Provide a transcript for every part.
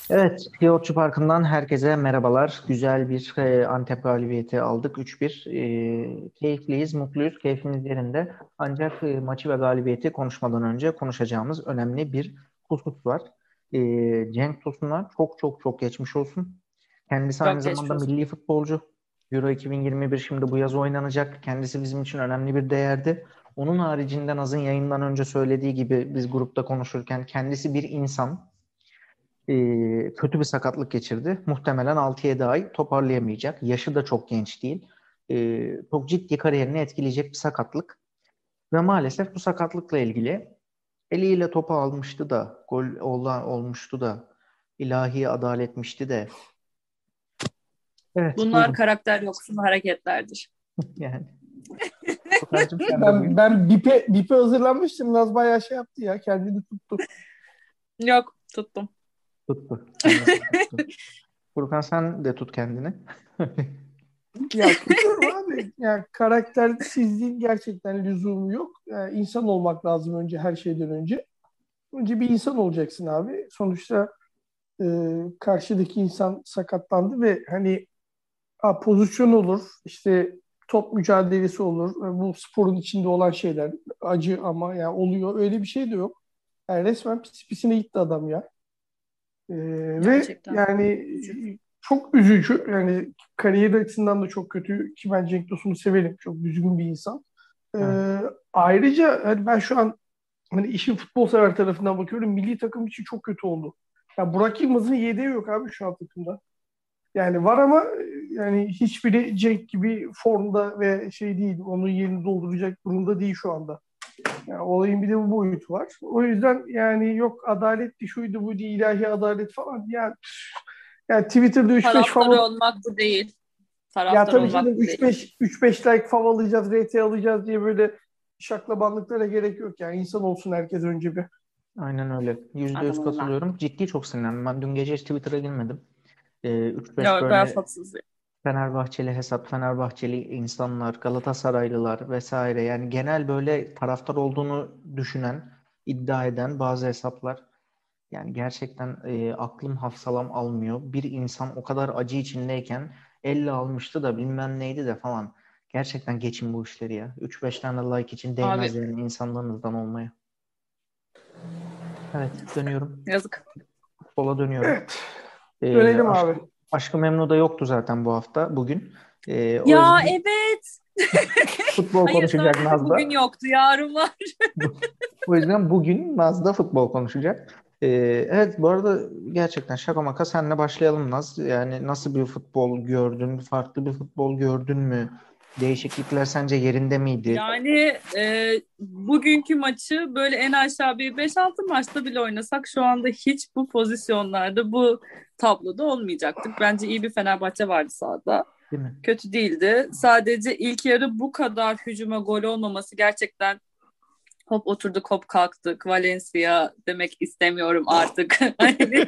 Evet, Yoğurtçu Parkı'ndan herkese merhabalar. Güzel bir Antep galibiyeti aldık. 3-1. Keyifliyiz, mutluyuz, keyfimiz yerinde. Ancak maçı ve galibiyeti konuşmadan önce konuşacağımız önemli bir husus var. Cenk Tosun'a çok çok çok geçmiş olsun. Kendisi aynı Çok zamanda geçmiş olsun. milli futbolcu. Euro 2021 şimdi bu yaz oynanacak. Kendisi bizim için önemli bir değerdi. Onun haricinde Naz'ın yayından önce söylediği gibi biz grupta konuşurken kendisi bir insan. Kötü bir sakatlık geçirdi. Muhtemelen 6-7 ay toparlayamayacak. Yaşı da çok genç değil. Çok ciddi kariyerini etkileyecek bir sakatlık. Ve maalesef bu sakatlıkla ilgili eliyle topu almıştı da, olmuştu da, ilahi adaletmişti de. Evet, Bunlar buyurun. karakter yoksun hareketlerdir. Yani Furkan'cığım sen de Ben buyur. ben bipe hazırlanmıştım. Naz bayağı şey yaptı ya. Kendini tuttu. Yok, tuttum. Tuttu. Kendisini tuttu. Furkan sen de tut kendini. Ya tutuyorum abi. Ya karaktersizliğin gerçekten lüzumu yok. Yani insan olmak lazım önce her şeyden önce. Önce bir insan olacaksın abi. Sonuçta karşıdaki insan sakatlandı ve hani pozisyon olur, işte top mücadelesi olur. Bu sporun içinde olan şeyler. Acı ama ya oluyor. Öyle bir şey de yok. Yani resmen pis pisine gitti adam ya. Ve Gerçekten. yani Üzücü. çok üzücü. Yani kariyer açısından da çok kötü ki ben Cenk Tosun'u severim. Çok düzgün bir insan. Evet. Ayrıca hani ben şu an hani işin futbol sever tarafından bakıyorum. Milli takım için çok kötü oldu. Ya Burak Yılmaz'ın yedeği yok abi şu an takımda. Yani var ama yani hiçbiri Cenk gibi formda ve şey değil. Onun yerini dolduracak durumda değil şu anda. Yani olayın bir de bu boyutu var. O yüzden yani yok adaletti şuydu bu değil ilahi adalet falan. Yani Twitter'da 3-5 Taraftarı fav olmak bu değil. ya Taraftar tabii olmak canım bu değil. 3-5 like fav alacağız, RT alacağız diye böyle şaklabanlıklara gerek yok yani. İnsan olsun herkes önce bir. Aynen öyle. %100 Anlamında. katılıyorum. Ciddi çok sinirlendim. Ben dün gece hiç Twitter'a girmedim. 3-5 Yok, ben böyle tatsız. Fenerbahçeli hesap, Fenerbahçeli insanlar, Galatasaraylılar vesaire. Yani genel böyle taraftar olduğunu düşünen, iddia eden bazı hesaplar. Yani gerçekten aklım hafsalam almıyor. Bir insan o kadar acı içindeyken elle almıştı da bilmem neydi de falan. Gerçekten geçin bu işleri ya. 3-5 tane like için değmez Abi, yani insanlarınızdan olmaya. Evet, dönüyorum. yazık. Futbola dönüyorum. Evet. E, Dönelim aşk, abi. Aşkı Memnu'da yoktu zaten bu hafta, bugün. O Ya yüzden evet. futbol Hayır, konuşacak sadece bugün Naz'da. yoktu. Yarın var. O yüzden bugün Naz'da futbol konuşacak. Evet, bu arada gerçekten şaka maka senle başlayalım Naz. Yani nasıl bir futbol gördün? Farklı bir futbol gördün mü? Değişiklikler sence yerinde miydi? Yani bugünkü maçı böyle en aşağı bir 5-6 maçta bile oynasak şu anda hiç bu pozisyonlarda bu tabloda olmayacaktık. Bence iyi bir Fenerbahçe vardı sahada. Değil mi? Kötü değildi. Sadece ilk yarı bu kadar hücuma gol olmaması gerçekten hop oturduk hop kalktık. Valencia demek istemiyorum artık. Hani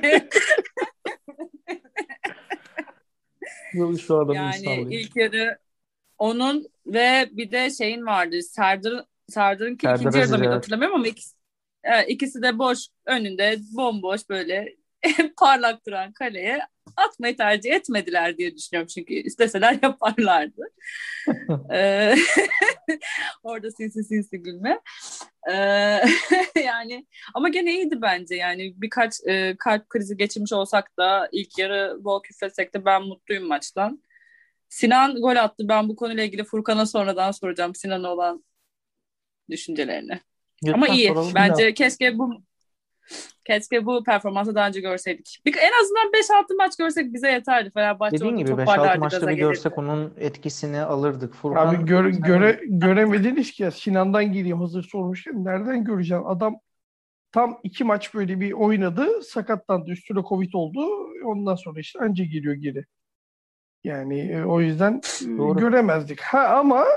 Şu adamı yani sallıyor. ilk yarı onun ve bir de şeyin vardı. Serdar'ınki Serdar ikinci yarıda Aziz, mıydı evet. hatırlamıyorum ama ikisi de boş önünde bomboş böyle parlak duran kaleye atmayı tercih etmediler diye düşünüyorum. Çünkü isteseler yaparlardı. Ee, Orada sinsi sinsi gülme. Ee, Yani ama gene iyiydi bence. Yani birkaç kalp krizi geçirmiş olsak da ilk yarı bol küfretsek de ben mutluyum maçtan. Sinan gol attı. Ben bu konuyla ilgili Furkan'a sonradan soracağım Sinan'a olan düşüncelerini. Ama Lütfen iyi. soralım. Bence keşke bu performansı daha önce görseydik. En azından 5-6 maç görsek bize yeterdi. Fenerbahçe Dediğin orada gibi 5-6 toparlardı, maçta gaza bir gelirdi. görsek onun etkisini alırdık. Abi Furkan sen ne göremediniz ki ya. Sinan'dan gireyim hazır sormuşken. Nereden göreceğim? Adam tam 2 maç böyle bir oynadı. Sakatlandı. Üstüne Covid oldu. Ondan sonra işte anca geliyor geri. Yani o yüzden Doğru. göremezdik. Ha ama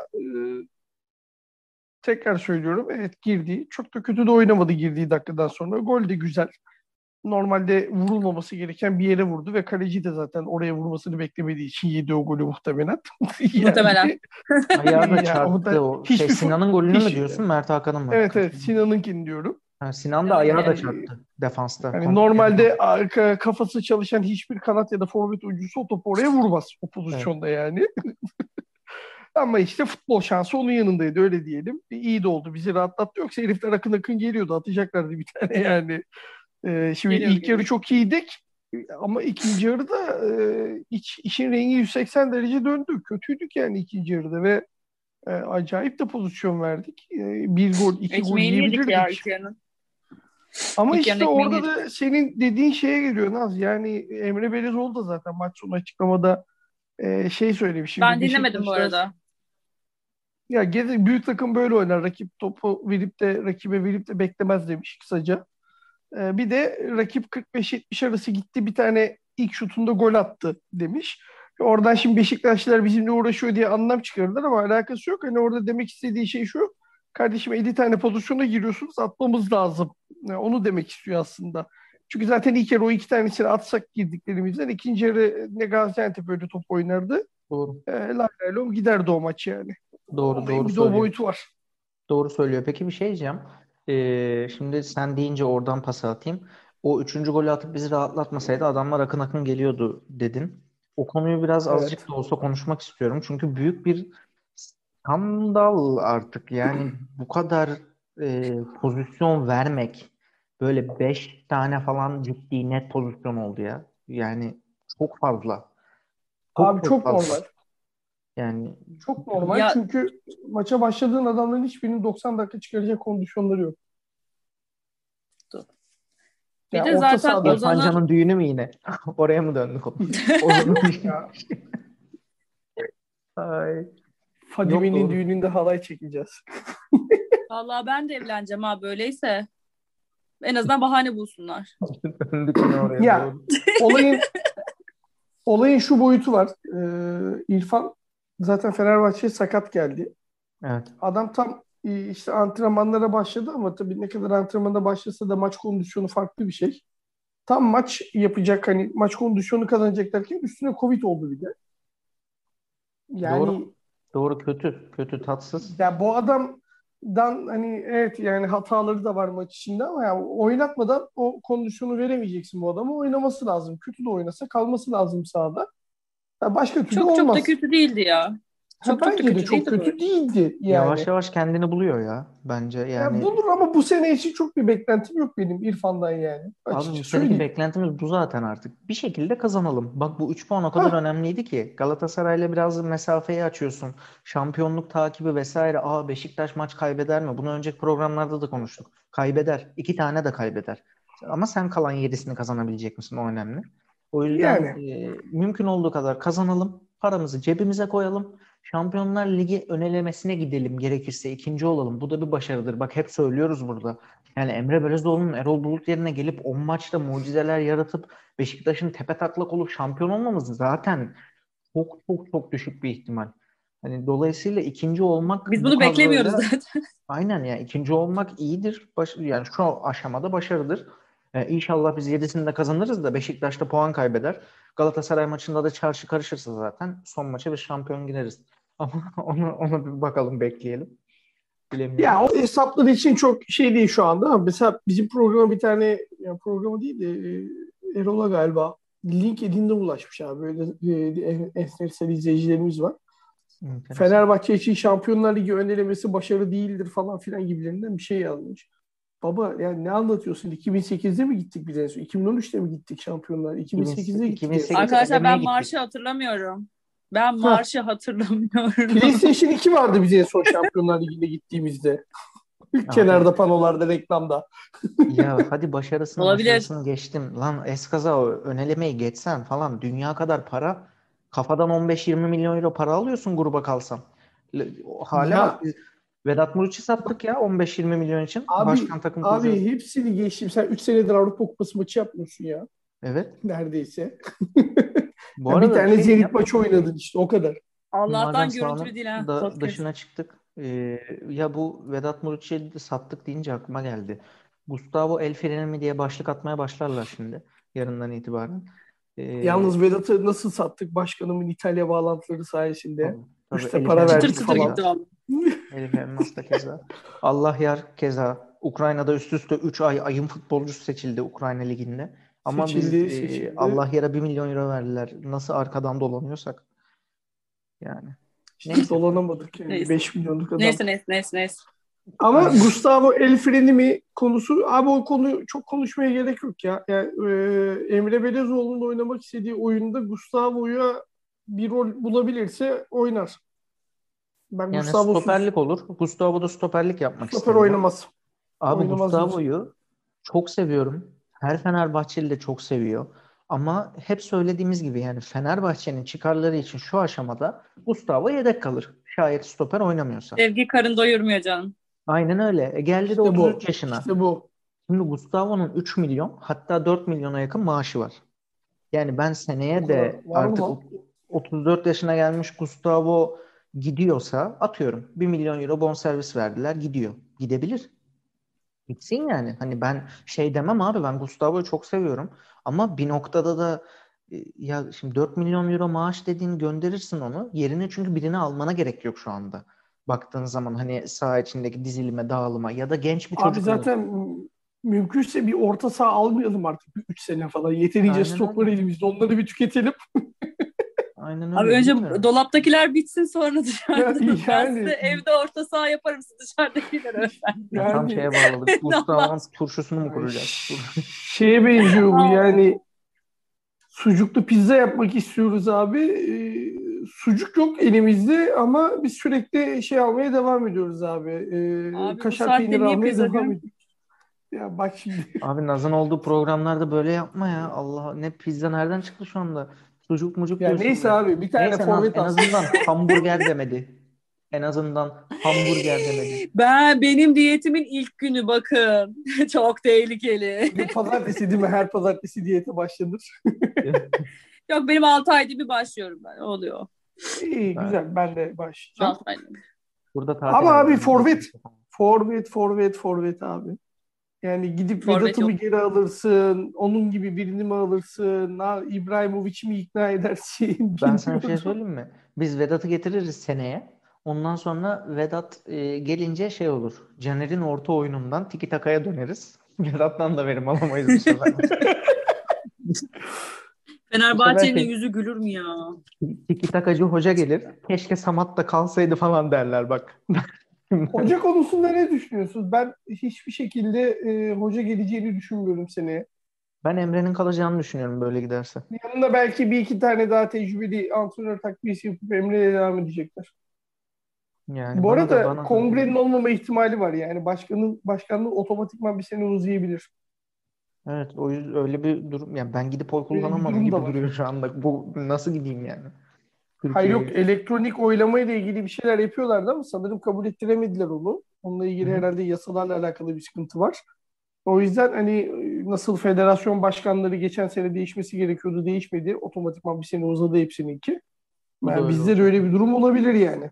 tekrar söylüyorum. Evet girdi. Çok da kötü de oynamadı girdiği dakikadan sonra. Gol de güzel. Normalde vurulmaması gereken bir yere vurdu ve kaleci de zaten oraya vurmasını beklemediği için yedi o golü muhtemelen. Yani Muhtemelen. Ayağı da ya o çarptı da o. Şey, Sinan'ın golünü mü hiç diyorsun, Mert Hakan'ın mı? evet Kaçırdın. Sinan'ınkini diyorum. Sinan da Yani ayağı da çarptı defansta. Yani Komple normalde kafası çalışan hiçbir kanat ya da forvet oyuncusu o topu oraya vurmaz o evet. pozisyonda yani. Ama işte futbol şansı onun yanındaydı öyle diyelim. İyi de oldu bizi rahatlattı. Yoksa herifler akın akın geliyordu atacaklardı bir tane yani. Şimdi geliyor ilk yarı geliyor. çok iyiydik ama ikinci yarıda işin rengi 180 derece döndü. Kötüydük yani ikinci yarıda ve acayip de pozisyon verdik. Bir gol, iki gol Ekmeğini yedik ya yiyebilirdik. ilk yarının. Ama İlk yarının işte ekmeğini orada yedik. da senin dediğin şeye geliyor Naz. Yani Emre Belezoğlu da zaten maç sonu açıklamada şey söylemiş. Şimdi Ben dinlemedim bu Beşiktaşlar arada. ya büyük takım böyle oynar. Rakip topu verip de rakibe verip de beklemez demiş kısaca. Bir de rakip 45-70 arası gitti bir tane ilk şutunda gol attı demiş. Oradan şimdi Beşiktaşlılar bizimle uğraşıyor diye anlam çıkarırlar ama alakası yok. Hani orada demek istediği şey şu. Kardeşim 50 tane pozisyona giriyorsunuz atmamız lazım. Onu demek istiyor aslında. Çünkü zaten ilk yarı o iki tanesini atsak girdiklerimizden ikinci yarı ne Gaziantep öyle top oynardı. Doğru. Lay lay lom giderdi o maç yani. Doğru Olayın bir de o söylüyor. boyutu var. Doğru söylüyor. Peki bir şey diyeceğim. Şimdi sen deyince oradan pas atayım. O üçüncü golü atıp bizi rahatlatmasaydı adamlar akın akın geliyordu dedin. O konuyu biraz azıcık Evet. da olsa konuşmak istiyorum. Çünkü büyük bir skandal artık. Yani bu kadar pozisyon vermek böyle 5 tane falan ciddi net pozisyon oldu ya. Yani çok fazla. Çok Abi çok çok fazla. normal. Yani Çok normal Ya çünkü maça başladığın adamların hiçbirinin 90 dakika çıkaracak kondisyonları yok. bir Yani de orta zaten sahada İrfan Ozan'ı Can'ın düğünü mü yine? Oraya mı döndük? Ozan'ın düğünü. ya Ay. Yok Fadime'nin doğru. düğününde halay çekeceğiz. vallahi ben de evleneceğim ha böyleyse. En azından bahane bulsunlar. Döndük yine oraya Ya doğru. olayın olayın şu boyutu var. İrfan zaten Fenerbahçe'ye sakat geldi. Evet. Adam tam işte antrenmanlara başladı ama tabii ne kadar antrenmana başlasa da maç kondisyonu farklı bir şey. Tam maç yapacak hani maç kondisyonu kazanacak derken üstüne Covid oldu bir de. Doğru. Yani Doğru kötü. Kötü tatsız. ya bu adamdan hani evet yani hataları da var maç içinde ama ya oynatmadan o kondisyonu veremeyeceksin bu adama. Oynaması lazım. Kötü de oynasa kalması lazım sahada. Ya başka türlü Çok çok da olmaz. kötü değildi ya. Ha, Çok da bence de kötü çok değildi bu kötü arada. değildi Yavaş yani. yavaş kendini buluyor ya bence. Ya Yani bulur ama bu sene için çok bir beklentim yok benim İrfan'dan yani. abi bu Açıkça seneki söyleyeyim. beklentimiz bu zaten artık. Bir şekilde kazanalım. Bak bu 3 puan o kadar Ha, önemliydi ki. Galatasaray'la biraz mesafeyi açıyorsun. Şampiyonluk takibi vesaire. Beşiktaş maç kaybeder mi? Bunu önceki programlarda da konuştuk. Kaybeder. 2 tane de kaybeder. Ama sen kalan 7'sini kazanabilecek misin? O önemli. O yüzden yani. mümkün olduğu kadar kazanalım. Paramızı cebimize koyalım. Şampiyonlar Ligi önelemesine gidelim. Gerekirse ikinci olalım. Bu da bir başarıdır. Bak hep söylüyoruz burada. Yani Emre Belözoğlu'nun Erol Bulut yerine gelip 10 maçta mucizeler yaratıp Beşiktaş'ın tepe-taklak olup şampiyon olmamız zaten çok çok çok düşük bir ihtimal. Hani dolayısıyla ikinci olmak Biz bu bunu beklemiyoruz kadroyla zaten. aynen yani ikinci olmak iyidir. Yani şu aşamada başarıdır. İnşallah biz 7'sini de kazanırız da Beşiktaş'ta puan kaybeder. Galatasaray maçında da çarşı karışırsa zaten son maça bir şampiyon gireriz. Ama onu bir bakalım bekleyelim. Bilemiyorum. Ya o hesaplar için çok şey değil şu anda ama mesela bizim programa bir tane ya programı değil de Erol'a galiba LinkedIn'de ulaşmış abi. Böyle esnersel izleyicilerimiz var. Enteresan. Fenerbahçe için Şampiyonlar Ligi önelemesi başarı değildir falan filan gibilerinden bir şey yazmış. Baba yani ne anlatıyorsun? 2008'de mi gittik biz en son? 2013'te mi gittik Şampiyonlar? 2008'de gittik en son. 2008'de Arkadaşlar elemeye ben gittik. marşı hatırlamıyorum. Ben Ha, marşı hatırlamıyorum. PlayStation 2 vardı biz en son Şampiyonlar Ligi'ne gittiğimizde. Abi Kenarda panolarda reklamda. ya hadi başarısını Olabilir. başarısını geçtim. Lan eskaza önelemeyi geçsen falan dünya kadar para kafadan 15-20 milyon euro para alıyorsun gruba kalsan. O hale bak Ya biz Vedat Muriç'i sattık ya 15-20 milyon için. abi Başkan takım kuracağız. abi hepsini geçtim. Sen 3 senedir Avrupa Kupası maçı yapmıyorsun ya. Evet. Neredeyse. Bu Ya bir arada bir tane şey Zenit diyeceğim. maçı oynadın işte o kadar. Madem Allah'tan görüntülü sahanın değil ha da podcast. dışına çıktık. Ya bu Vedat Muriç'i de sattık deyince aklıma geldi. Gustavo El Freni mi diye başlık atmaya başlarlar şimdi. Yarından itibaren. Ee, Yalnız Vedat'ı nasıl sattık başkanımın İtalya bağlantıları sayesinde. tabii, tabii Üste Elif para Çıtır verdik Elmas da çıtır falan. keza. gitti valla. Elif Elmas da keza. Allah yar keza. Ukrayna'da üst üste 3 ay ayın futbolcusu seçildi Ukrayna Ligi'nde. Ama Seçildi. Allah yere 1 milyon euro verdiler. Nasıl arkadan dolanıyorsak. Yani. İşte Neyse. dolanamadık yani. Neyse. 5 milyonluk adam. Neyse. Ama Aynen. Gustavo El Frenimi konusu, abi o konu çok konuşmaya gerek yok ya. Yani, Emre Belezoğlu'nun oynamak istediği oyunda Gustavo'ya bir rol bulabilirse oynar. Ben Yani Gustavo'suz stoperlik olur. Gustavo da stoperlik yapmak stoper istemiyor. oynamaz. Abi Oynamaz Gustavo'yu çok seviyorum. Her Fenerbahçeli de çok seviyor. Ama hep söylediğimiz gibi yani Fenerbahçe'nin çıkarları için şu aşamada Gustavo yedek kalır. Şayet stoper oynamıyorsa. Sevgi karın doyurmuyor canım. Aynen öyle. Geldi de İşte bu. 33 yaşına. İşte bu. Şimdi Gustavo'nun 3 milyon hatta 4 milyona yakın maaşı var. Yani ben seneye O kadar de var mı artık lan? 34 yaşına gelmiş Gustavo gidiyorsa atıyorum 1 milyon euro bonservis verdiler gidiyor. Gidebilir. Gitsin yani. Hani ben şey demem abi ben Gustavo'yu çok seviyorum. Ama bir noktada da ya şimdi 4 milyon euro maaş dediğini gönderirsin onu. Yerine çünkü birini almana gerek yok şu anda. Baktığın zaman hani saha içindeki dizilime, dağılıma ya da genç bir Abi çocuk hani. zaten mümkünse bir orta saha almayalım artık 3 sene falan. Yeterince Aynen stok var öyle. elimizde. Onları bir tüketelim. Aynen Abi öyle önce değil mi? dolaptakiler bitsin sonra dışarıda. Ben size Yani evde orta saha yaparım siz dışarıdakiler efendim. Ya tam yani şeye bağladık. Allah Gustavo'nun turşusunu mu Ay, kuracağız? şeye benziyor bu Allah. yani sucuklu pizza yapmak istiyoruz abi. Sucuk yok elimizde ama biz sürekli şey almaya devam ediyoruz abi. Abi bu Kaşar saatte peyniri niye almaya pizza devam diyorsun? ediyoruz. Ya bak şimdi. Abi Naz'ın olduğu programlarda böyle yapma ya. Allah ne pizza nereden çıktı şu anda? Sucuk mucuk Ya diyorsun neyse be. abi bir tane Neyse Naz forvet en alsın. azından hamburger demedi. En azından hamburger demedi. Benim diyetimin ilk günü bakın. Çok tehlikeli. Bugün pazartesi değil mi? Her pazartesi diyete başlanır. Yok benim 6 ayda bir başlıyorum ben. Oluyor. İyi güzel ben de başlayacağım. 6 ayda bir. Burada tatil Ama abi alalım. forvet abi. Yani gidip Forvet Vedat'ı mı yok. geri alırsın, onun gibi birini mi alırsın, İbrahimovic'i mi ikna edersin Ben sana bir şey bilmiyorum. söyleyeyim mi? Biz Vedat'ı getiririz seneye. Ondan sonra Vedat gelince şey olur. Caner'in orta oyunundan tiki takaya döneriz. Vedat'tan da verim alamayız bu sefer. Bu sefer Fenerbahçe'nin şey, yüzü gülür mü ya? tiki takacı hoca gelir. Keşke Samat da kalsaydı falan derler bak. Hoca konusunda ne düşünüyorsunuz? Ben hiçbir şekilde hoca geleceğini düşünmüyorum seneye. Ben Emre'nin kalacağını düşünüyorum böyle giderse. Yanında belki bir iki tane daha tecrübeli antrenör takviyesi yapıp Emre'ye devam edecekler. Yani Bu bana da arada bana da kongrenin olmama ihtimali var yani. Başkanlığı otomatikman bir sene uzayabilir. evet o yüzden öyle bir durum yani ben gidip oy Böyle bir kullanamam durum da gibi var. duruyor şu anda. Bu nasıl gideyim yani Hayır yok Türkiye'ye? elektronik oylama ile ilgili bir şeyler yapıyorlardı ama sanırım kabul ettiremediler onu. Onunla Hı ilgili hı. herhalde yasalarla alakalı bir sıkıntı var. O yüzden hani nasıl federasyon başkanları geçen sene değişmesi gerekiyordu değişmedi. Otomatikman bir sene uzadı hepsininki. Bu da Yani öyle bizde de olacak. öyle bir durum olabilir yani.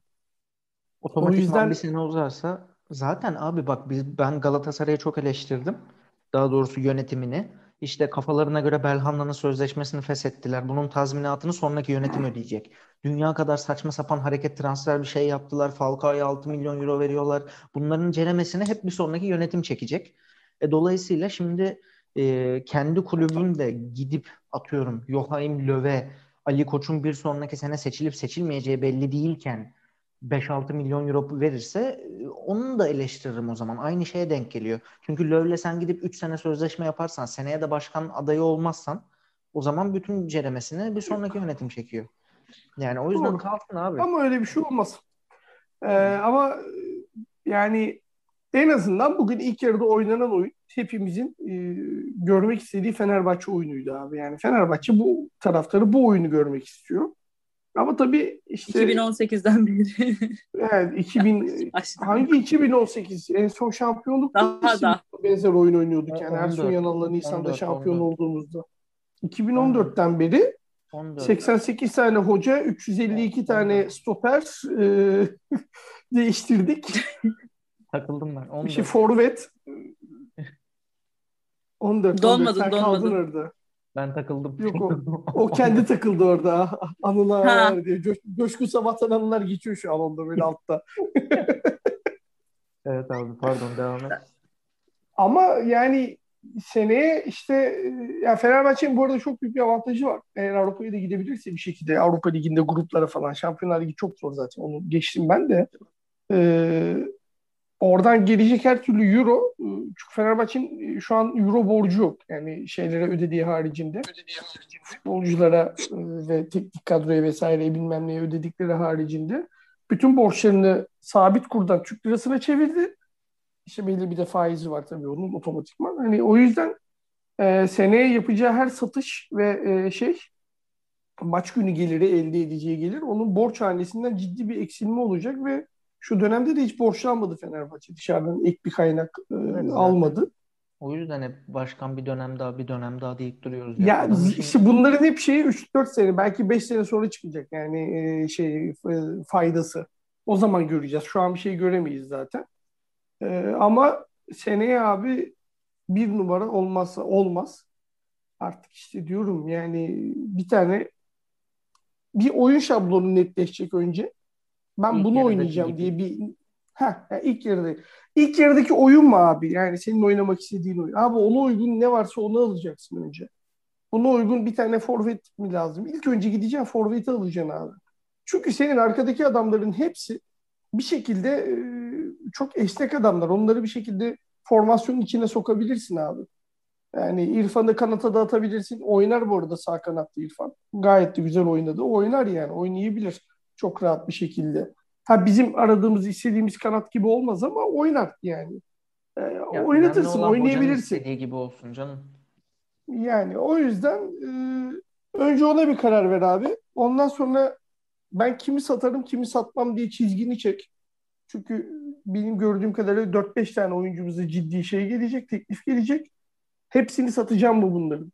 O Otomatikman bir yüzden sene uzarsa zaten abi bak ben Galatasaray'ı çok eleştirdim. Daha doğrusu yönetimini. İşte kafalarına göre Belhanda'nın sözleşmesini feshettiler. Bunun tazminatını sonraki yönetim ödeyecek. Dünya kadar saçma sapan hareket transfer bir şey yaptılar. Falcao'ya 6 milyon euro veriyorlar. Bunların ceremesini hep bir sonraki yönetim çekecek. Dolayısıyla şimdi kendi kulübün de gidip atıyorum Joachim Löw'e Ali Koç'un bir sonraki sene seçilip seçilmeyeceği belli değilken 5-6 milyon euro verirse onu da eleştiririm o zaman. Aynı şeye denk geliyor. Çünkü Löw'le sen gidip 3 sene sözleşme yaparsan, seneye de başkan adayı olmazsan o zaman bütün ceremesini bir sonraki yönetim çekiyor. Yani o yüzden doğru. kalsın abi. Ama öyle bir şey olmaz. Olmaz. Ama yani en azından bugün ilk yarıda oynanan oyun hepimizin görmek istediği Fenerbahçe oyunuydu abi. Yani Fenerbahçe bu taraftarı bu oyunu görmek istiyor. Ama tabii işte 2018'den beri. yani 2000 Başladım. hangi 2018 en son şampiyonluk Daha değilsin da. benzer oyun oynuyorduk yani Ersun 14, Yanal'la Nisan'da 14, şampiyon 14, olduğumuzda. 14, 2014'ten beri 14, 88 tane hoca, 352 tane 14. stoper değiştirdik. Takıldım ben. İşte 14. forvet 14 Donmadın sen kaldın donmadın. orada. Ben takıldım. Yok o kendi takıldı orada. Ha. Anılar diye. Coşkun Sabah'tan anılar geçiyor şu an onda böyle altta. Evet abi pardon devam et. Ama yani seneye işte ya Fenerbahçe'nin bu arada çok büyük bir avantajı var. Eğer Avrupa'ya da gidebilirse bir şekilde Avrupa Ligi'nde gruplara falan. Şampiyonlar Ligi çok zor zaten. Onu geçtim ben de. Ee, Oradan gelecek her türlü euro, çünkü Fenerbahçe'nin şu an euro borcu yok. Yani şeylere ödediği haricinde. Futbolculara ve teknik kadroya vesaire bilmem neye ödedikleri haricinde. Bütün borçlarını sabit kurdan Türk lirasına çevirdi. İşte belli bir de faizi var tabii onun otomatikman. Hani o yüzden seneye yapacağı her satış ve maç günü geliri elde edeceği gelir onun borç hanesinden ciddi bir eksilme olacak ve şu dönemde de hiç borçlanmadı Fenerbahçe. Dışarıdan ek bir kaynak Evet, zaten almadı. o yüzden hep başkan bir dönem daha bir dönem daha deyip duruyoruz ya. Ya Adamın şimdi işte bunların hep şeyi 3-4 sene belki 5 sene sonra çıkacak yani faydası. O zaman göreceğiz. Şu an bir şey göremeyiz zaten. Ama seneye abi bir numara olmazsa olmaz. Artık işte diyorum yani bir oyun şablonu netleşecek önce. Ben ilk bunu yarıdaki oynayacağım gibi. diye ilk yarıdaki oyun mu abi? Yani senin oynamak istediğin oyun. Abi ona uygun ne varsa onu alacaksın önce. Buna uygun bir tane forvet mi lazım? İlk önce gideceksin forveti alacaksın abi. Çünkü senin arkadaki adamların hepsi bir şekilde çok esnek adamlar. Onları bir şekilde formasyonun içine sokabilirsin abi. Yani İrfan'ı kanata da atabilirsin. Oynar bu arada sağ kanatta İrfan. Gayet de güzel oynadı. Oynar yani. Oynayabilir çok rahat bir şekilde. Ha bizim aradığımız, istediğimiz kanat gibi olmaz ama oynar yani. Ya önemli Oynatırsın, olan hocanın oynayabilirsin. istediği gibi olsun canım. Yani o yüzden önce ona bir karar ver abi. Ondan sonra ben kimi satarım, kimi satmam diye çizgini çek. Çünkü benim gördüğüm kadarıyla 4-5 tane oyuncumuza ciddi şey gelecek, teklif gelecek. Hepsini satacağım mı bunların?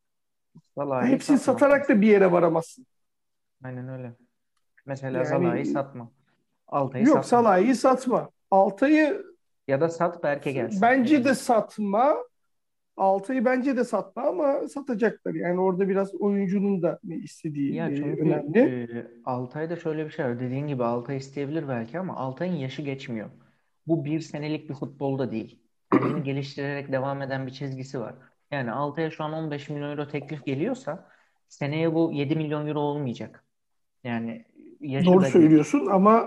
Salah'ı Hepsini satmazsın. satarak da bir yere varamazsın. Aynen öyle. Mesela Salah'ı Yani satma. Altay'ı yok satma. Salah'ı satma. Altay'ı Ya da sat Berke gelsin. bence de Yani satma. Altay'ı bence de satma ama satacaklar. Yani orada biraz oyuncunun da ne istediği ya çünkü önemli. Altay'da şöyle bir şey var. Dediğin gibi Altay isteyebilir belki ama Altay'ın yaşı geçmiyor. Bu bir senelik bir futbolda değil. Kendini geliştirerek devam eden bir çizgisi var. Yani Altay'a şu an 15 milyon euro teklif geliyorsa seneye bu 7 milyon euro olmayacak. Yani yaşı Doğru da geç. söylüyorsun ama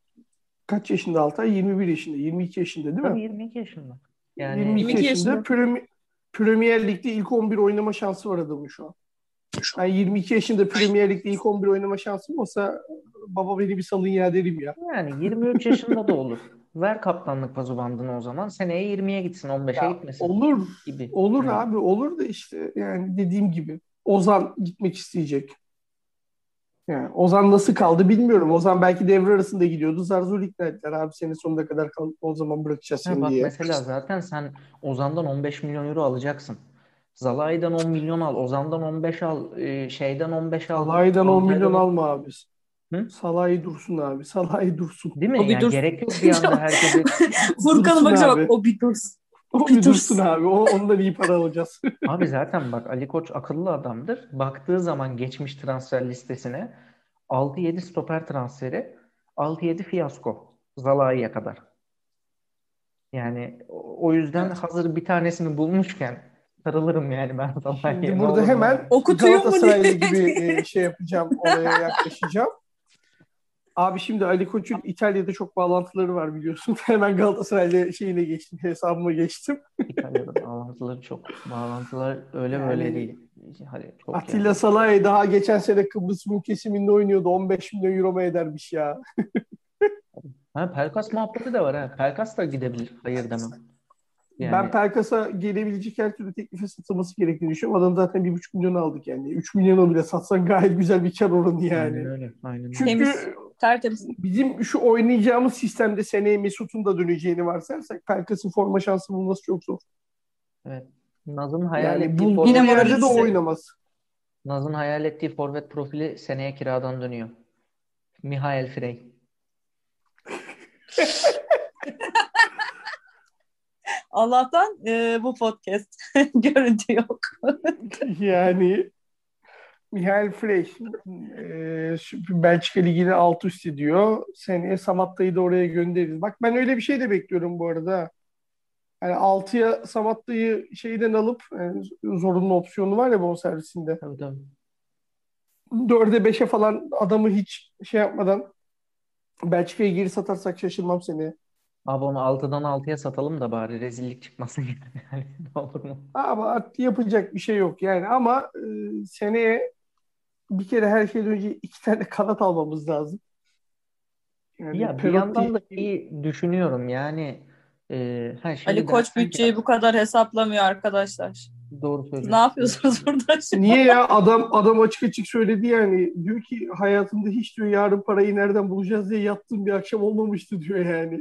kaç yaşında Altay? 21 yaşında, 22 yaşında değil mi? Tabii 22 yaşında. Yani 22 22 yaşında yaşında. Premier Lig'de ilk 11 oynama şansı var adamın şu an. Yani 22 yaşında Premier Lig'de ilk 11 oynama şansım olsa baba beni bir salın ya derim ya. yani 23 yaşında da olur. Ver kaptanlık pazubandını o zaman. Seneye 20'ye gitsin, 15'e Ya gitmesin olur, gibi. olur Hani abi olur da işte yani dediğim gibi Ozan gitmek isteyecek. Yani Ozan nasıl kaldı bilmiyorum. Ozan belki devre arasında gidiyordu. Zar zor ikna ettiler abi sene sonuna kadar kal o zaman bırakacağız ha seni bak diye. mesela zaten sen Ozan'dan 15 milyon euro alacaksın. Zalai'den 10 milyon al. Ozan'dan 15 al. Şeyden 15 al. Salah'dan 10 Altay'dan milyon 10. alma abi. Hı? Salah'ı dursun abi. Salah'ı dursun. Değil mi? O bir Yani dursun. gerek yok bir anda herkese. Furkan'ın Dursun bakışa bak. abi. O bir dursun. O O bir bir dursun dursun. abi. Ondan iyi para alacağız. Abi zaten bak Ali Koç akıllı adamdır. Baktığı zaman geçmiş transfer listesine 6-7 stoper transferi, 6-7 fiyasko Zalai'ye kadar. Yani o yüzden Evet. hazır bir tanesini bulmuşken sarılırım yani ben Şimdi Zalai'ye. Ne burada olur ne hemen olmaz. Okutuyor mu diye. Galatasaraylı gibi şey yapacağım. Olaya yaklaşacağım. Abi şimdi Ali Koç'un İtalya'da çok bağlantıları var biliyorsun. Hemen Galatasaray'la şeyine geçtim. Hesabıma geçtim. İtalya'da bağlantıları çok. Bağlantılar öyle böyle Yani değil. Hadi çok Atilla yani. Salay daha geçen sene Kıbrıs kesiminde oynuyordu. 15 milyon euro mu edermiş ya. Ha, Pelkas muhabbeti de var ha. Pelkas da gidebilir. Hayır demem. Ben Yani Pelkas'a gelebilecek her türlü teklife satılması gerektiğini düşünüyorum. Adam zaten 1,5 milyon aldık yani. 3 milyona bile satsan gayet güzel bir kar oranı aynen yani. öyle. Aynen öyle. Temiz. Çünkü Tertemiz. bizim şu oynayacağımız sistemde seneye Mesut'un da döneceğini varsayarsak Pelkas'ın forma şansı bulması çok zor. Evet. Naz'ın hayal Yani ettiği bulduğu Yine forvet morali yerde de düşecek. oynamaz. Naz'ın hayal ettiği forvet profili seneye kiradan dönüyor. Mihail Frey. Allah'tan bu podcast görüntü yok. Yani Michael Frey Belçika Ligi'ni alt üst ediyor. Seneye Samatta'yı da oraya göndeririz. Bak ben öyle bir şey de bekliyorum bu arada. Yani 6'ya Samatta'yı şeyden alıp zorunlu opsiyonu var ya bonservisinde. Tabii tabii. 4'e 5'e falan adamı hiç şey yapmadan Belçika'ya geri satarsak şaşırmam seni. Abi onu 6'dan 6'ya satalım da bari rezillik çıkmasın yani. Ne olur mu? Ama artık yapacak bir şey yok yani. Ama seneye bir kere her şeyden önce 2 tane kanat almamız lazım. Yani Ya bir yandan Perotti da iyi düşünüyorum yani Ali şimdi Koç dersen ki bütçeyi bu kadar hesaplamıyor arkadaşlar. doğru Siz ne söylüyorsun. yapıyorsunuz burada şu niye an? ya adam açık açık söyledi yani. Diyor ki hayatımda hiç diyor yarın parayı nereden bulacağız diye yattığım bir akşam olmamıştı diyor yani.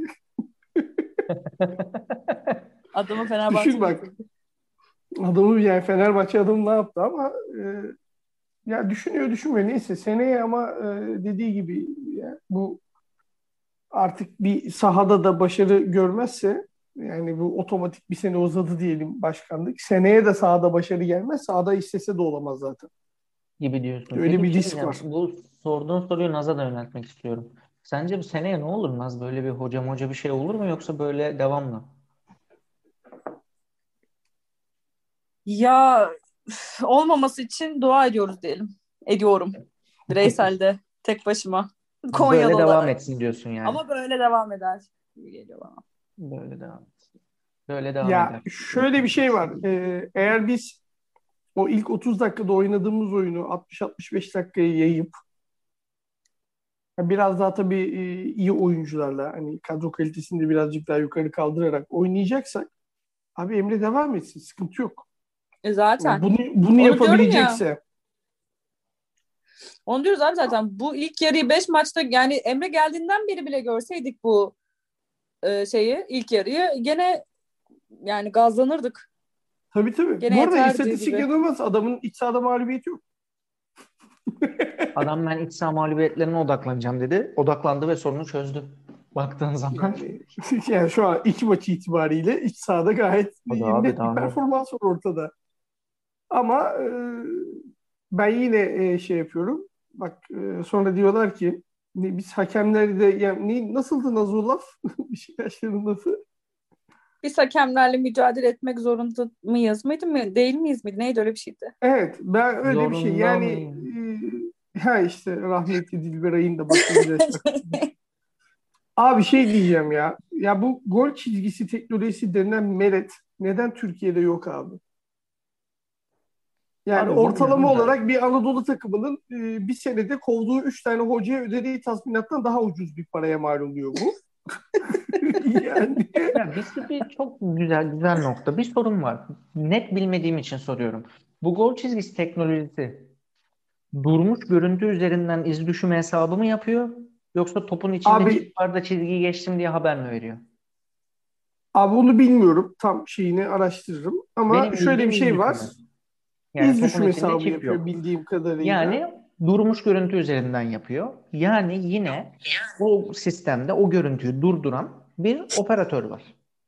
Adamı Düşün Fenerbahçe bak. getirdi. Adamı yani Fenerbahçe adamı ne yaptı ama ya düşünüyor düşünmüyor neyse seneye ama dediği gibi ya, bu artık bir sahada da başarı görmezse yani bu otomatik bir sene uzadı diyelim başkanlık. Seneye de sahada başarı gelmez. Sahada istese de olamaz zaten. gibi diyorsun. Öyle Peki bir bir şey risk diyeceğim. var. Bu sorduğun soruyu Naz'a da yöneltmek istiyorum. Sence bu seneye ne olur Naz? Böyle bir hoca bir şey olur mu yoksa böyle devam mı? Ya olmaması için dua ediyoruz diyelim. Ediyorum. Bireyselde, tek başıma. Böyle Konyalı devam olarak. etsin diyorsun yani. Ama böyle devam eder gibi geliyor bana. Böyle devam etsin. Böyle devam Ya eder. şöyle bir şey var. Eğer biz o ilk 30 dakikada oynadığımız oyunu 60-65 dakikaya yayıp biraz daha tabii iyi oyuncularla hani kadro kalitesini de birazcık daha yukarı kaldırarak oynayacaksak abi Emre devam etsin. Sıkıntı yok. Yani Zaten. bunu Onu diyorum ya. yapabilecekse Onu diyoruz abi zaten. Bu ilk yarıyı 5 maçta yani Emre geldiğinden beri bile görseydik bu ilk yarıyı gene yani gazlanırdık. tabii. Gene Bu arada yeterdi istatistik gibi. yanılmaz. Adamın iç sahada mağlubiyeti yok. Adam ben iç saha mağlubiyetlerine odaklanacağım dedi. Odaklandı ve sorunu çözdü. Baktığın zaman. Yani yani şu an 2 maçı itibariyle iç sahada gayet O da abi net bir daha ne? performans var ortada. Ama ben yine şey yapıyorum. Bak sonra diyorlar ki biz hakemleri de yani nasıldı Nazullah? Beşiktaşların lafı. Biz hakemlerle mücadele etmek zorunda mıyız? Mıydı mı? Değil miyiz miydi? Neydi öyle bir şeydi? Evet ben öyle bir şey Zorunda yani mıyım? ha işte rahmetli Dilber Ay'ın da bak ne güzel şarkısı. Abi şey diyeceğim ya. Ya bu gol çizgisi teknolojisi denilen meret neden Türkiye'de yok abi? Yani Abi ortalama bilmiyorum da olarak bir Anadolu takımının bir senede kovduğu 3 tane hocaya ödediği tazminattan daha ucuz bir paraya mal oluyor bu. Yani ya bir çok güzel nokta. Bir sorun var. Net bilmediğim için soruyorum. Bu gol çizgisi teknolojisi durmuş görüntü üzerinden iz düşümü hesabı mı yapıyor? Yoksa topun içinde abi çift barda çizgiyi geçtim diye haber mi veriyor? abi onu bilmiyorum. Tam şeyini araştırırım. Ama Benim şöyle bir bildiğim iz şey var. düşümü. Yani İz topun düşüm içinde hesabı çift yapıyor yok. bildiğim kadarıyla. Yani durmuş görüntü üzerinden yapıyor. Yani yine o sistemde o görüntüyü durduran bir operatör var.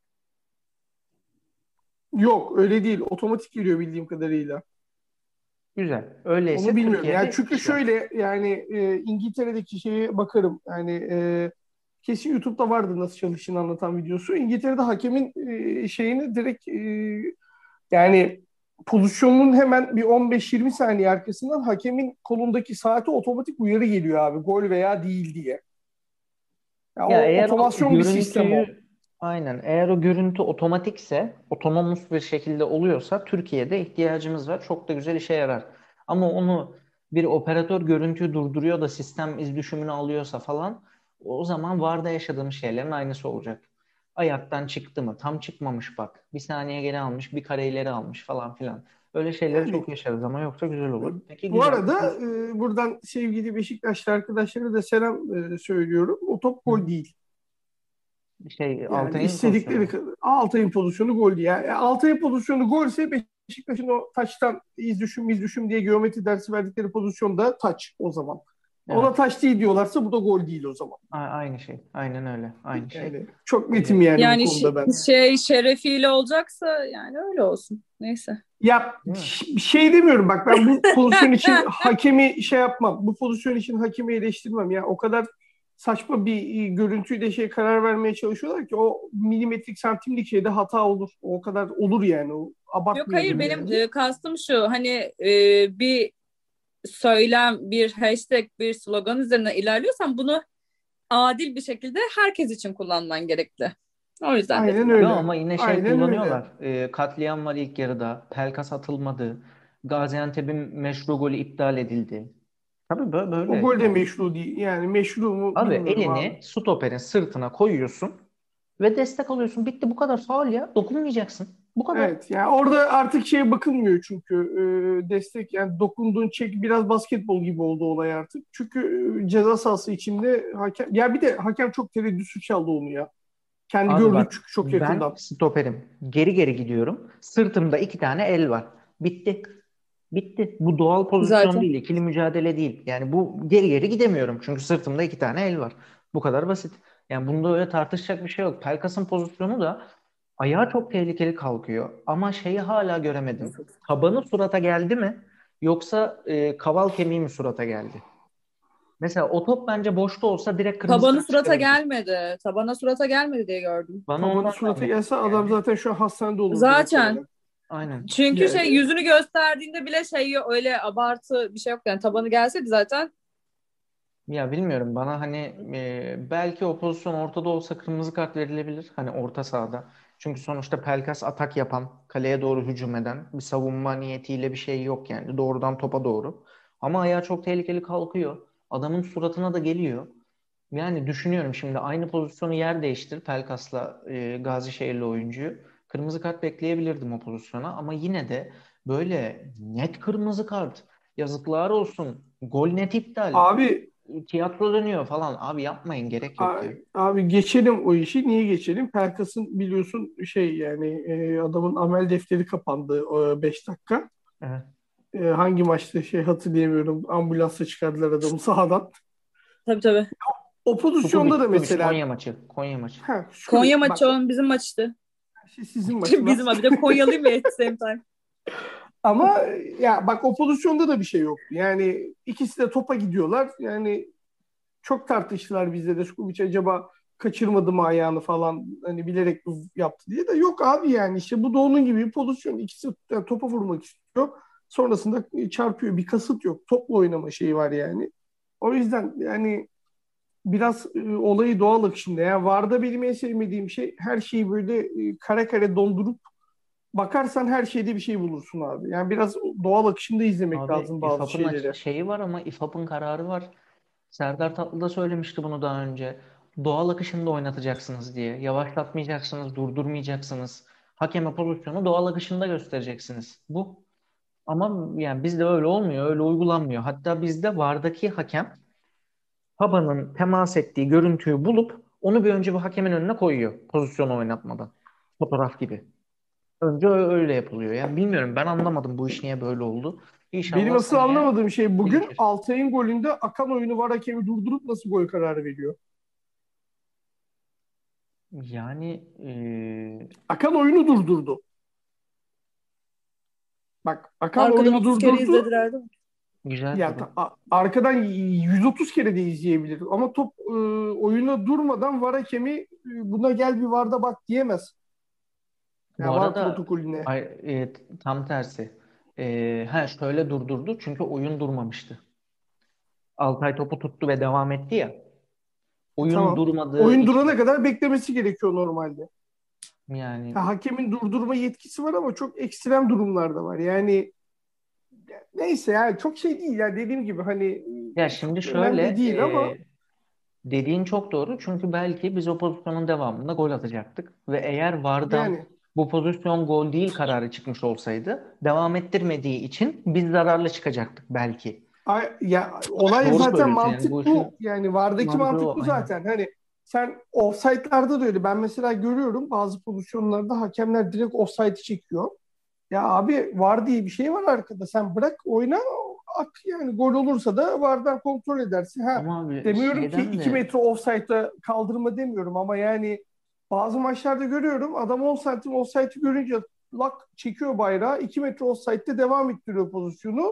Yok öyle değil. Otomatik geliyor bildiğim kadarıyla. Güzel. Onu Öyleyse bilmiyorum. Yani Türkiye'de çünkü işler. şöyle yani İngiltere'deki şeye bakarım. Yani kesin YouTube'da vardı nasıl çalıştığını anlatan videosu. İngiltere'de hakemin şeyini direkt yani pozisyonun hemen bir 15-20 saniye arkasından hakemin kolundaki saate otomatik uyarı geliyor abi. Gol veya değil diye. Ya Ya o eğer o otomasyon bir sistem o. eğer o görüntü otomatikse, otonomus bir şekilde oluyorsa Türkiye'de ihtiyacımız var. Çok da güzel işe yarar. Ama onu bir operatör görüntüyü durduruyor da sistem iz düşümünü alıyorsa falan o zaman VAR'da yaşadığımız şeylerin aynısı olacak. Ayaktan çıktı mı? Tam çıkmamış bak. Bir saniye geri almış, bir kare ileri almış falan filan. Öyle şeyleri çok Yani yaşarız ama yoksa güzel olur. Peki bu güzel. arada buradan sevgili Beşiktaşlı arkadaşlara da selam söylüyorum. O top Hı gol hı. değil. Yani Altay'ın istedikleri pozisyonu. kadar. Altay'ın pozisyonu gol diye. Yani Altay'ın pozisyonu golse Beşiktaş'ın o taçtan iz düşüm diye geometri dersi verdikleri pozisyonda taç o zaman. Ona Evet. taç değil diyorlarsa bu da gol değil o zaman. Aynı şey. Aynen öyle. Aynı şey. Yani çok netim yani bu Yani konuda ben. şerefiyle olacaksa yani öyle olsun. Neyse. Ya Değil mi? şey demiyorum bak ben bu pozisyon için hakemi şey yapmam. Bu pozisyon için hakemi eleştirmem. Ya o kadar saçma bir görüntüyle karar vermeye çalışıyorlar ki o milimetrik santimlik şeyde hata olur. O kadar olur yani. O, Yok hayır, abartmayalım benim bence. kastım şu, hani bir söylem, bir hashtag, bir slogan üzerine ilerliyorsan bunu adil bir şekilde herkes için kullanman gerekli. O yüzden dedim Aynen ben. Yo öyle. ama yine şey Aynen öyle. kullanıyorlar. Katliam var ilk yarıda. Pelkas atılmadı. Gaziantep'in meşru golü iptal edildi. Tabii böyle, O böyle gol de yani. meşru değil. Yani meşru mu Abi bilmiyorum abi. elini stoperin sırtına koyuyorsun ve destek alıyorsun. Bitti, bu kadar, faul ya. Dokunmayacaksın. Bu kadar. Evet yani orada artık şeye bakılmıyor çünkü destek yani dokunduğun çek biraz basketbol gibi oldu olay artık. Çünkü ceza sahası içinde hakem ya bir de hakem çok tereddütsüz çaldı onu ya. Kendi Abi gördük bak, çünkü çok ben yakından. stoperim. Geri geri gidiyorum. Sırtımda 2 tane el var. Bitti. Bitti. Bu doğal pozisyon Zaten. değil. İkili mücadele değil. Yani bu, geri geri gidemiyorum. Çünkü sırtımda 2 tane el var. Bu kadar basit. Yani bunda öyle tartışacak bir şey yok. Pelkas'ın pozisyonu da ayağı çok tehlikeli kalkıyor. Ama şeyi hala göremedim. Tabanı surata geldi mi? Yoksa kaval kemiği mi surata geldi? Mesela o top bence boşta olsa direkt kırmızı Tabanı kart surata çıkarırdı. gelmedi. Tabana surata gelmedi diye gördüm. Bana Tabanı ondan surata gelse zannettim adam yani. zaten şu an hastanede olurdu Zaten. muhtemelen. Aynen. Çünkü Yani yüzünü gösterdiğinde bile öyle abartı bir şey yok. Yani tabanı gelseydi zaten. Ya bilmiyorum, bana hani belki o pozisyon ortada olsa kırmızı kart verilebilir. Hani orta sahada. Çünkü sonuçta Pelkas atak yapan, kaleye doğru hücum eden, bir savunma niyetiyle bir şey yok yani. Doğrudan topa doğru. Ama ayağı çok tehlikeli kalkıyor. Adamın suratına da geliyor. Yani düşünüyorum şimdi, aynı pozisyonu yer değiştir Pelkas'la Gazişehirli oyuncuyu. Kırmızı kart bekleyebilirdim o pozisyona ama yine de böyle net kırmızı kart. Yazıklar olsun. Gol net iptal. abi Tiyatro dönüyor falan. Abi yapmayın, gerek yok ya. abi geçelim o işi. Niye geçelim? Pelkas'ın biliyorsun yani adamın amel defteri kapandı 5 dakika. Evet. Hangi maçta hatırlayamıyorum. Ambulansla çıkardılar adamı sahadan. Tabii tabii. O pozisyonda da Sukubic mesela Konya maçı. Konya maçı. şöyle Konya bak maçı onun bizim maçtı. sizin maçınız. Bizim bir de Konyalıyım ya at the same time. Ama ya bak o pozisyonda da bir şey yoktu. Yani ikisi de topa gidiyorlar. Yani çok tartıştılar bizde de Skubic acaba kaçırmadı mı ayağını falan hani bilerek bu yaptı diye de yok abi yani işte bu da onun gibi bir pozisyon. İkisi yani topa vurmak istiyor. Sonrasında çarpıyor. Bir kasıt yok. Topla oynama şeyi var yani. O yüzden yani biraz olayı doğal akışında. Yani VAR'da benim en sevmediğim şey her şeyi böyle kare kare dondurup bakarsan her şeyde bir şey bulursun abi. Yani biraz doğal akışında izlemek Abi lazım bazı İFAB'ın şeyleri. şeyi var ama İFAB'ın kararı var. Serdar Tatlı da söylemişti bunu daha önce. Doğal akışında oynatacaksınız diye. Yavaşlatmayacaksınız, durdurmayacaksınız. Hakeme pozisyonu doğal akışında göstereceksiniz. Bu. Ama yani bizde öyle olmuyor, öyle uygulanmıyor. Hatta bizde VAR'daki hakem Haba'nın temas ettiği görüntüyü bulup onu bir önce bir hakemin önüne koyuyor pozisyonu oynatmadan. Fotoğraf gibi. Önce öyle yapılıyor. Yani bilmiyorum, ben anlamadım bu iş niye böyle oldu. Benim İnşallah asıl seneye anlamadığım şey bugün değişir. Altay'ın golünde akan oyunu var hakemi durdurup nasıl gol kararı veriyor? Yani Akan oyunu durdurdu. Bak akan Arkadan oyunu 30 kere durdurdu. izlediler değil mi? güzel Ya tabii. arkadan 130 kere de izleyebilir. Ama top oyuna durmadan var hakemi buna gel bir VAR'da bak diyemez. Bu Ya VAR arada protokolüne. tam tersi. Şöyle durdurdu çünkü oyun durmamıştı. Altay topu tuttu ve devam etti ya. Oyun Tamam. durmadığı Oyun için durana kadar beklemesi gerekiyor normalde. yani. Ha, hakemin durdurma yetkisi var ama çok ekstrem durumlarda var. Yani neyse yani çok şey değil ya dediğim gibi hani Ya çok şimdi da şöyle, önemli de değil ama dediğin çok doğru. Çünkü belki biz o pozisyonun devamında gol atacaktık. Ve eğer VAR'dan yani bu pozisyon gol değil kararı çıkmış olsaydı, devam ettirmediği için biz zararlı çıkacaktık belki. ya olay Doğru zaten söylüyorsun, yani bu mantık bu. işin Yani VAR'daki mantığı mantık o. bu Aynen. zaten. Hani sen offside'larda da öyle. Ben mesela görüyorum bazı pozisyonlarda hakemler direkt offside'i çekiyor. Ya abi VAR diye bir şey var arkada. Sen bırak oyna yani gol olursa da VAR'dan kontrol edersin. Ha Ama abi demiyorum ki şeyden 2 de metre offside'da kaldırma demiyorum ama yani bazı maçlarda görüyorum adam 10 santim offside'ı görünce lak çekiyor bayrağı 2 metre offside'de devam ettiriyor pozisyonu.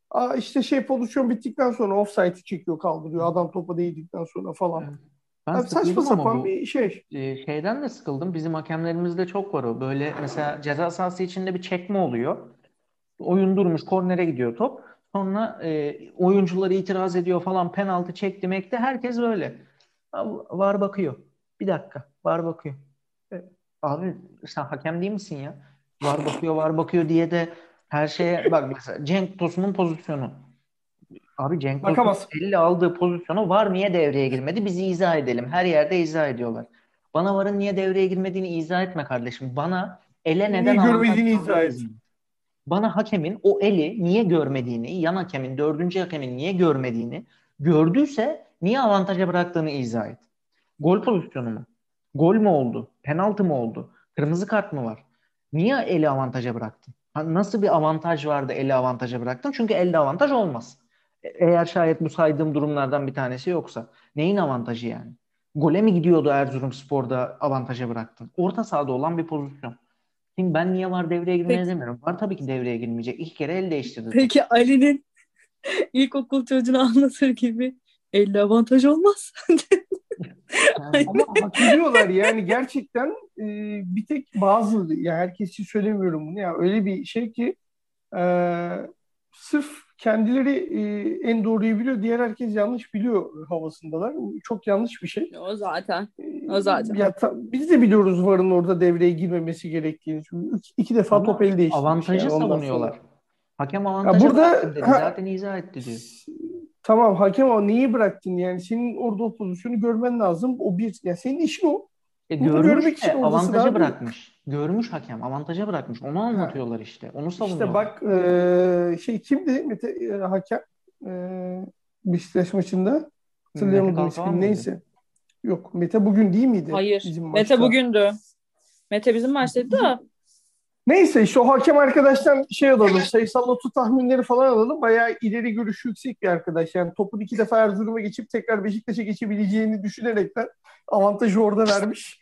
işte pozisyon bittikten sonra offside'i çekiyor, kaldırıyor. Adam topa değdikten sonra falan. Evet. Ben Abi saçma sıkıldım ama sapan bu bir şey. şeyden de sıkıldım. Bizim hakemlerimizde çok var o. Böyle mesela ceza sahası içinde bir çekme oluyor. Oyun durmuş, kornere gidiyor top. Sonra oyuncular itiraz ediyor falan, penaltı çekti mekti. Herkes böyle. VAR bakıyor. Bir dakika. VAR bakıyor. E, Abi sen hakem değil misin ya? VAR bakıyor, VAR bakıyor diye de her şeye bak, mesela Cenk Tosun'un pozisyonu. Abi Cenk Tosun Bakamaz. elle aldığı pozisyonu VAR niye devreye girmedi? Bizi izah edelim. Her yerde izah ediyorlar. Bana VAR'ın niye devreye girmediğini izah etme kardeşim. Bana ele Niye neden avantaj görmediğini izah sağladığını et. izah et. Bana hakemin o eli niye görmediğini, yan hakemin, dördüncü hakemin niye görmediğini, gördüyse niye avantaja bıraktığını izah et. Gol pozisyonu mu? Gol mü oldu? Penaltı mı oldu? Kırmızı kart mı var? Niye eli avantaja bıraktın? Nasıl bir avantaj vardı eli avantaja bıraktın? Çünkü elde avantaj olmaz. Eğer şayet bu saydığım durumlardan bir tanesi yoksa. Neyin avantajı yani? Gole mi gidiyordu Erzurumspor'da avantaja bıraktın? Orta sahada olan bir pozisyon. Şimdi ben niye VAR devreye girmeye Peki, demiyorum. VAR tabii ki devreye girmeyecek. İlk kere el değiştirdi top. peki Ali'nin ilkokul çocuğunu anlatır gibi 50 avantaj olmaz. Yani, Ama hak ediyorlar yani gerçekten, bir tek bazı, ya herkes için söylemiyorum bunu ya, öyle bir şey ki e, sırf kendileri en doğruyu biliyor, diğer herkes yanlış biliyor havasındalar. Çok yanlış bir şey. O zaten. O zaten. Ya biz de biliyoruz VAR'ın orada devreye girmemesi gerektiğini. Çünkü iki defa top ama el değiştirmiş avantajı yani ondan sonra. savunuyorlar. Hakem Ya avantaja burada bıraktım dedi. Zaten izah etti diyor. tamam hakem, ama neyi bıraktın yani, senin orada o pozisyonu görmen lazım. O bir, ya senin işin o. Bunu görmek Görmüş için de oradasın avantaja abi. bırakmış. Görmüş hakem avantaja bırakmış. Onu Ha, anlatıyorlar işte. Onu işte savunuyorlar. bak, kimdi Mete, hakem e, Beşiktaş maçında, Mete hatırlayamadım Kalkavan ismini, mıydı? neyse. Yok, Mete bugün değil miydi Hayır. bizim Mete maçta? bugündü. Mete bizim maçtaydı da. Neyse işte o hakem arkadaştan şey alalım. Sayısal lotu tahminleri falan alalım. Bayağı ileri görüşü yüksek bir arkadaş. Yani topun iki defa Erzurum'a geçip tekrar Beşiktaş'a geçebileceğini düşünerekten avantajı orada vermiş.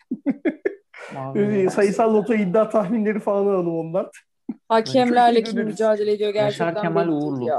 Abi Sayısal loto iddia tahminleri falan alalım ondan. Hakemlerle Köşeyi kim döneriz. mücadele ediyor Yaşar gerçekten Kemal belli değil Uğurlu. ya.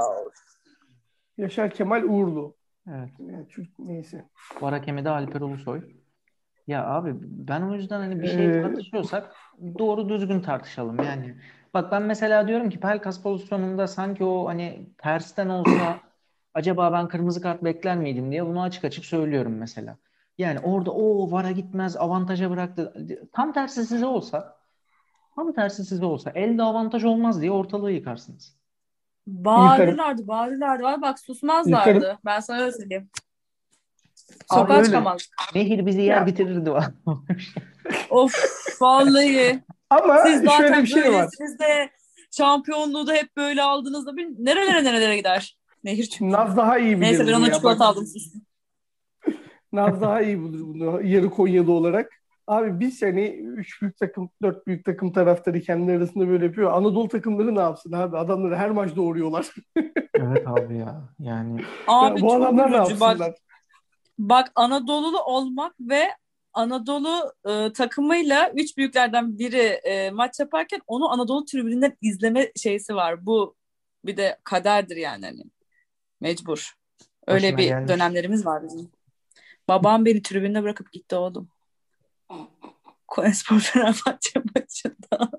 Yaşar Kemal Uğurlu. Evet. Yani neyse. Var hakemi de Alper Ulusoy. Ya abi ben o yüzden hani bir şey Ee, tartışıyorsak doğru düzgün tartışalım yani. Bak ben mesela diyorum ki Pelkas pozisyonunda sanki o hani tersten olsa acaba ben kırmızı kart bekler miydim diye bunu açık açık söylüyorum mesela. Yani orada o VAR'a gitmez avantaja bıraktı. Tam tersi size olsa elde avantaj olmaz diye ortalığı yıkarsınız. yıkarım. Bağırırlardı. Var bak Yıkarım. susmazlardı. Ben sana öyle söyleyeyim. Abi Sokağa öyle. çıkamazdık. Nehir bizi yer Ya bitirirdi. Of vallahi. ama Siz şöyle bir zaten şey var. böylesiniz de şampiyonluğu da hep böyle aldınız da nerelere gider? Nehir çünkü. Naz daha iyi bilir Neyse ben bunu ona ya. Bak, çikolata aldım sus. Naz daha iyi bilir bunu. Yarı Konyalı olarak. Abi biz hani üç büyük takım, dört büyük takım taraftarı kendi arasında böyle yapıyor. Anadolu takımları ne yapsın abi? Adamları her maç doğuruyorlar. Evet abi ya. Yani Ya Abi bu çok adamlar ne üzücü bak. yapsınlar? Bak Anadolu'lu olmak ve Anadolu takımıyla üç büyüklerden biri maç yaparken onu Anadolu tribününden izleme şeysi var. Bu bir de kaderdir yani hani. Mecbur. Öyle başına bir gelmiş. dönemlerimiz var bizim. Babam beni tribünde bırakıp gitti oğlum. Konyaspor Fenerbahçe maçında.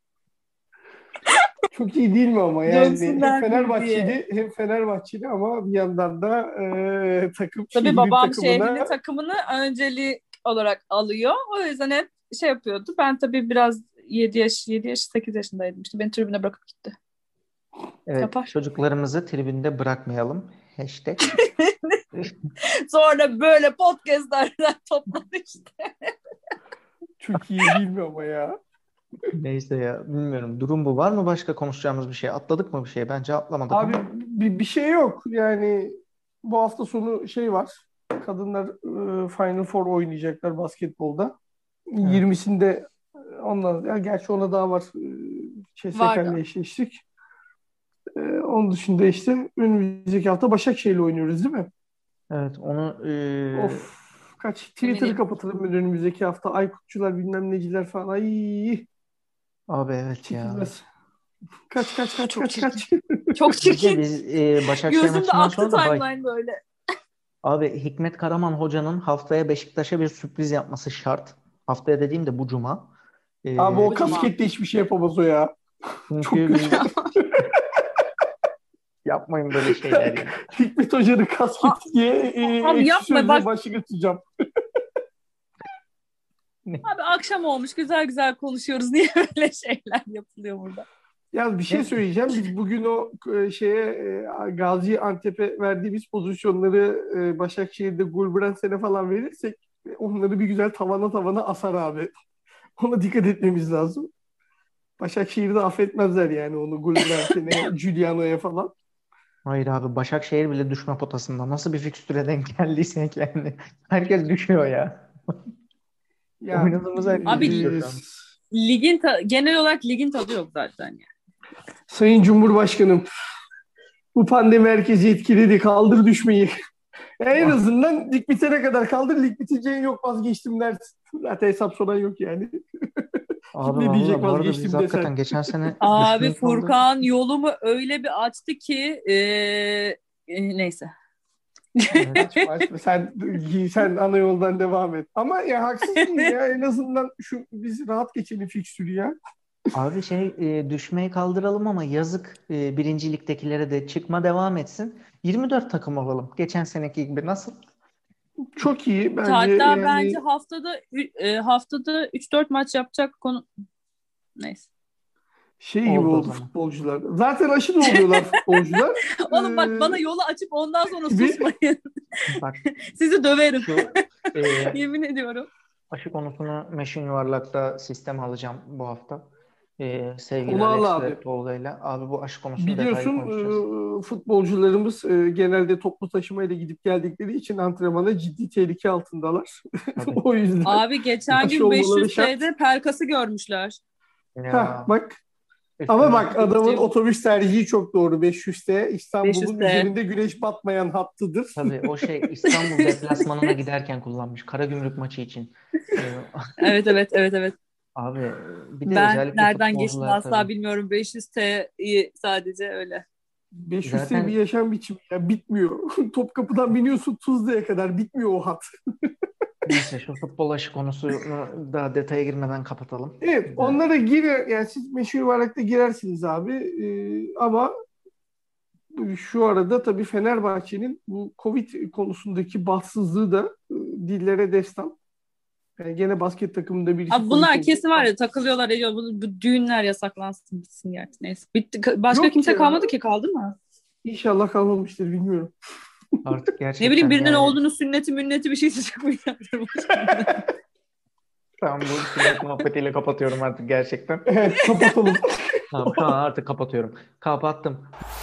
Çok iyi değil mi ama yani hem Dönsünler diye. Fenerbahçeli ama bir yandan da takım, Tabii şehrin babam şehrinin takımına. takımını öncelik olarak alıyor. O yüzden hep şey yapıyordu. Ben tabii biraz 7 yaş 8 yaşındaydım. İşte beni tribüne bırakıp gitti. Evet, Yapar. çocuklarımızı tribünde bırakmayalım. Hashtag. Sonra böyle podcastlerden toplan işte. Çok iyi değil mi ama ya? Neyse ya, bilmiyorum. Durum bu. Var mı başka konuşacağımız bir şey? Atladık mı bir şey? Bence atlamadık Abi ama. bir şey yok. Yani bu hafta sonu şey var. Kadınlar Final Four oynayacaklar basketbolda. Evet. 20'sinde ondan, ya gerçi ona daha var. CSK'yle Vardı. eşleştik. Onun dışında işte önümüzdeki hafta Başakşehir'le oynuyoruz değil mi? Evet, onu Of, kaç Twitter'ı Eminim. kapatalım ben önümüzdeki hafta. Aykutçular bilmem neciler falan. Ay, abi evet ya. çekilmez. Kaç kaç kaç Çok kaç çirkin. kaç. Çok Bir de çirkin. biz Başakşehir Gözümde maçından aktı sonra da timeline böyle. abi Hikmet Karaman hocanın haftaya Beşiktaş'a bir sürpriz yapması şart. Haftaya dediğim de bu cuma. Abi o Bu cuma. kasketle hiçbir şey yapamaz o ya. Çok Çünkü kötü. biz yapmayın böyle şeyler ya. Hikmet Hoca'nın kasketi diye Abi ekşi yapma, sözlüğe bak. başlık atacağım. Abi akşam olmuş, güzel güzel konuşuyoruz. Niye böyle şeyler yapılıyor burada? Ya bir şey söyleyeceğim. Biz bugün o Gaziantep'e verdiğimiz pozisyonları Başakşehir'de Gulbrandsen'e falan verirsek onları bir güzel tavana asar abi. Ona dikkat etmemiz lazım. Başakşehir'de affetmezler yani onu Gulbrandsen'e, Giuliano'ya falan. Hayır abi Başakşehir bile düşme potasında. Nasıl bir fikstüre denk geldiysek yani. Herkes düşüyor ya. Ya, Oynadığımız herkes Abi, düşüyor şu an. Genel olarak ligin tadı yok zaten yani. Sayın Cumhurbaşkanım, bu pandemi herkesi etkiledi. Kaldır düşmeyi. En azından lig bitene kadar kaldır. Lig bitince yok vazgeçtim dersin. Zaten hesap soran yok yani. Abi Ne diyecek vallahi bu arada biz vazgeçtim hakikaten desen. geçen sene Abi düşmeyi kaldık. Furkan yolumu öyle bir açtı ki neyse. Evet. Açma. Sen ana yoldan devam et. Ama ya haksız değil ya. En azından biz rahat geçelim fikstürü ya. Abi düşmeyi kaldıralım ama yazık birinci ligdekilere de çıkma devam etsin. 24 takım olalım. Geçen seneki gibi nasıl? Çok iyi bence Hatta yani. bence haftada 3-4 maç yapacak konu. Neyse. Gibi Oldu o oldu zaman. futbolcular. Zaten aşı da oluyorlar futbolcular. Oğlum bak bana yolu açıp ondan sonra gibi. susmayın. Bak Sizi döverim. şu Yemin ediyorum. aşı konusunu Meşin Yuvarlak'ta sistem alacağım bu hafta. Sevgili Onu al Alex ve abi. Tolga'yla. Abi bu aşı konusunu detaylı Biliyorsun konuşacağız. futbolcularımız genelde toplu taşımayla gidip geldikleri için antrenmana ciddi tehlike altındalar. Tabii. O yüzden Abi geçen aşı gün olmaları 500 şart. TL'de Pelkas'ı görmüşler. Ya Bak. Ama üstüne bak adamın otobüs tercihi çok doğru. 500'te İstanbul'un 500'te. üzerinde güneş batmayan hattıdır. tabii o İstanbul deplasmanına giderken kullanmış. Karagümrük maçı için. Evet. Abi bir de Ben özellikle nereden geçtiğini futbolcular asla tabii. bilmiyorum. 500 TL'yi sadece öyle. 500'te bir Zaten yaşam biçimi ya bitmiyor. Topkapı'dan biniyorsun Tuzla'ya kadar bitmiyor o hat. neyse şu futbol aşı konusunu daha detaya girmeden kapatalım. Evet, onlara gir yani siz meşhur olarak da girersiniz abi. Ama şu arada tabii Fenerbahçe'nin bu Covid konusundaki bahtsızlığı da dillere destan. Yani gene basket takımında birisi Abi Covid bunlar oldu. kesin var ya takılıyorlar ediyor. Bu düğünler yasaklansın bitsin gerçi. Neyse. Bitti. Başka Yok kimse ya. kalmadı ki, kaldı mı? İnşallah kalmamıştır bilmiyorum. Artık Ne gerçekten bileyim birinin yani olduğunu sünneti münneti bir şey çıkmayacak. ben bu sünnet muhabbetiyle kapatıyorum artık gerçekten. Evet kapatalım. Tamam şu an artık kapatıyorum. Kapattım.